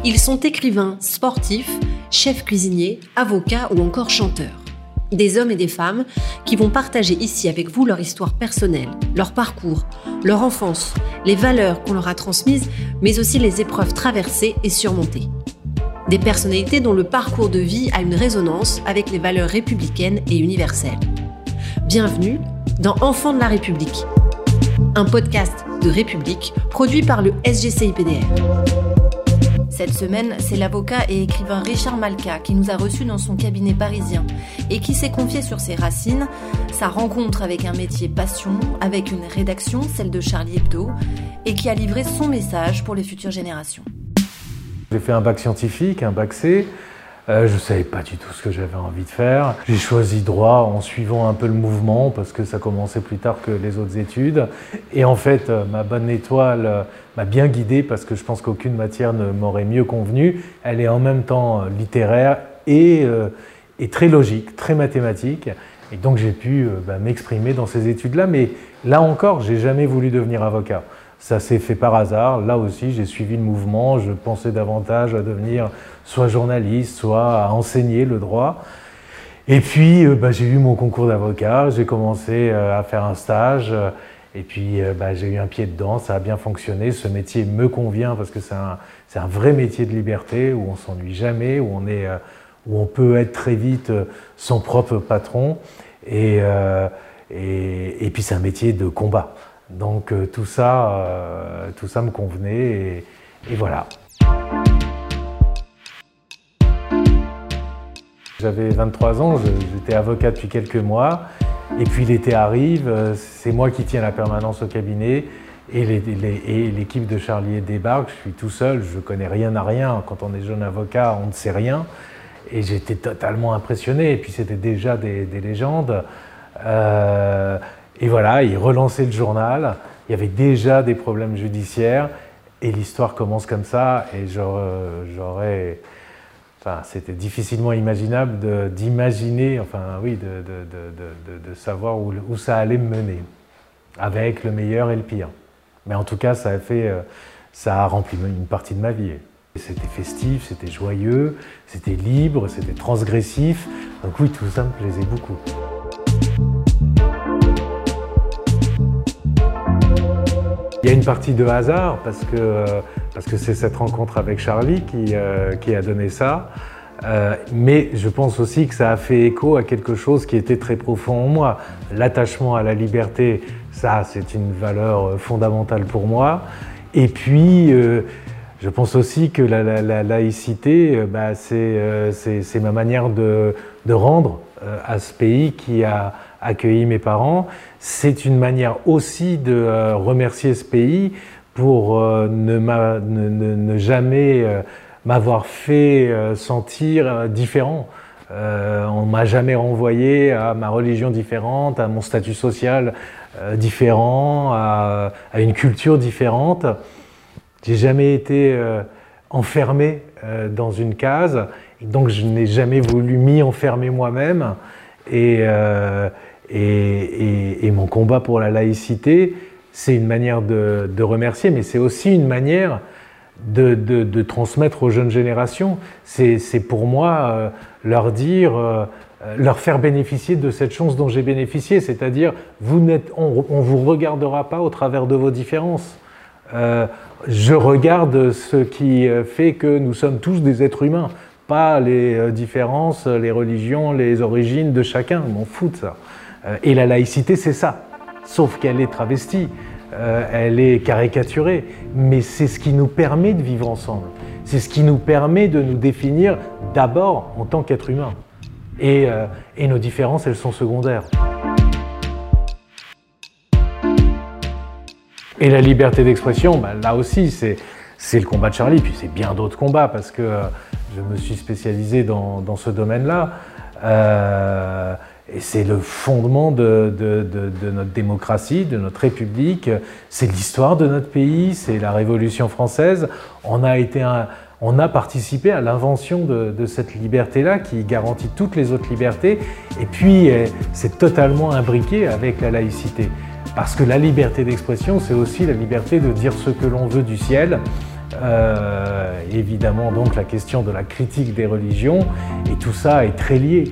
Ils sont écrivains, sportifs, chefs cuisiniers, avocats ou encore chanteurs. Des hommes et des femmes qui vont partager ici avec vous leur histoire personnelle, leur parcours, leur enfance, les valeurs qu'on leur a transmises, mais aussi les épreuves traversées et surmontées. Des personnalités dont le parcours de vie a une résonance avec les valeurs républicaines et universelles. Bienvenue dans Enfants de la République, un podcast de République produit par le SGCIPDR. Cette semaine, c'est l'avocat et écrivain Richard Malka qui nous a reçus dans son cabinet parisien et qui s'est confié sur ses racines, sa rencontre avec un métier passion, avec une rédaction, celle de Charlie Hebdo, et qui a livré son message pour les futures générations. J'ai fait un bac scientifique, un bac C. Je ne savais pas du tout ce que j'avais envie de faire. J'ai choisi droit en suivant un peu le mouvement parce que ça commençait plus tard que les autres études. Et en fait, ma bonne étoile m'a bien guidé parce que je pense qu'aucune matière ne m'aurait mieux convenu. Elle est en même temps littéraire et très logique, très mathématique. Et donc j'ai pu m'exprimer dans ces études-là. Mais là encore, j'ai jamais voulu devenir avocat. Ça s'est fait par hasard. Là aussi, j'ai suivi le mouvement. Je pensais davantage à devenir soit journaliste, soit à enseigner le droit. Et puis, j'ai eu mon concours d'avocat. J'ai commencé à faire un stage. Et puis, j'ai eu un pied dedans. Ça a bien fonctionné. Ce métier me convient parce que c'est un vrai métier de liberté où on s'ennuie jamais, où on peut être très vite son propre patron. Et puis, c'est un métier de combat. Donc tout ça me convenait et voilà. J'avais 23 ans, j'étais avocat depuis quelques mois et puis l'été arrive, c'est moi qui tiens la permanence au cabinet et l'équipe de Charlie débarque, je suis tout seul, je connais rien à rien. Quand on est jeune avocat, on ne sait rien et j'étais totalement impressionné et puis c'était déjà des légendes. Et voilà, il relançait le journal, il y avait déjà des problèmes judiciaires et l'histoire commence comme ça et c'était difficilement imaginable d'imaginer, de savoir où ça allait me mener, avec le meilleur et le pire. Mais en tout cas, ça a rempli une partie de ma vie. C'était festif, c'était joyeux, c'était libre, c'était transgressif, donc oui, tout ça me plaisait beaucoup. Il y a une partie de hasard parce que c'est cette rencontre avec Charlie qui a donné ça. Mais je pense aussi que ça a fait écho à quelque chose qui était très profond en moi. L'attachement à la liberté, ça c'est une valeur fondamentale pour moi. Et puis je pense aussi que la laïcité, c'est ma manière de rendre à ce pays qui a accueilli mes parents. C'est une manière aussi de remercier ce pays pour ne jamais m'avoir fait sentir différent. On ne m'a jamais renvoyé à ma religion différente, à mon statut social différent, à une culture différente. J'ai jamais été enfermé dans une case, et donc je n'ai jamais voulu m'y enfermer moi-même. Et mon combat pour la laïcité, c'est une manière de remercier, mais c'est aussi une manière de transmettre aux jeunes générations. C'est pour moi leur dire, leur faire bénéficier de cette chance dont j'ai bénéficié, c'est-à-dire on vous regardera pas au travers de vos différences. Je regarde ce qui fait que nous sommes tous des êtres humains, pas les différences, les religions, les origines de chacun, je m'en fous de ça. Et la laïcité, c'est ça, sauf qu'elle est travestie, elle est caricaturée, mais c'est ce qui nous permet de vivre ensemble, c'est ce qui nous permet de nous définir d'abord en tant qu'être humain. Et nos différences, elles sont secondaires. Et la liberté d'expression, là aussi, c'est le combat de Charlie, puis c'est bien d'autres combats, parce que je me suis spécialisé dans ce domaine-là. Et c'est le fondement de notre démocratie, de notre République. C'est l'histoire de notre pays, c'est la Révolution française. On a participé à l'invention de cette liberté-là qui garantit toutes les autres libertés. Et puis, c'est totalement imbriqué avec la laïcité. Parce que la liberté d'expression, c'est aussi la liberté de dire ce que l'on veut du ciel, évidemment donc la question de la critique des religions, et tout ça est très lié.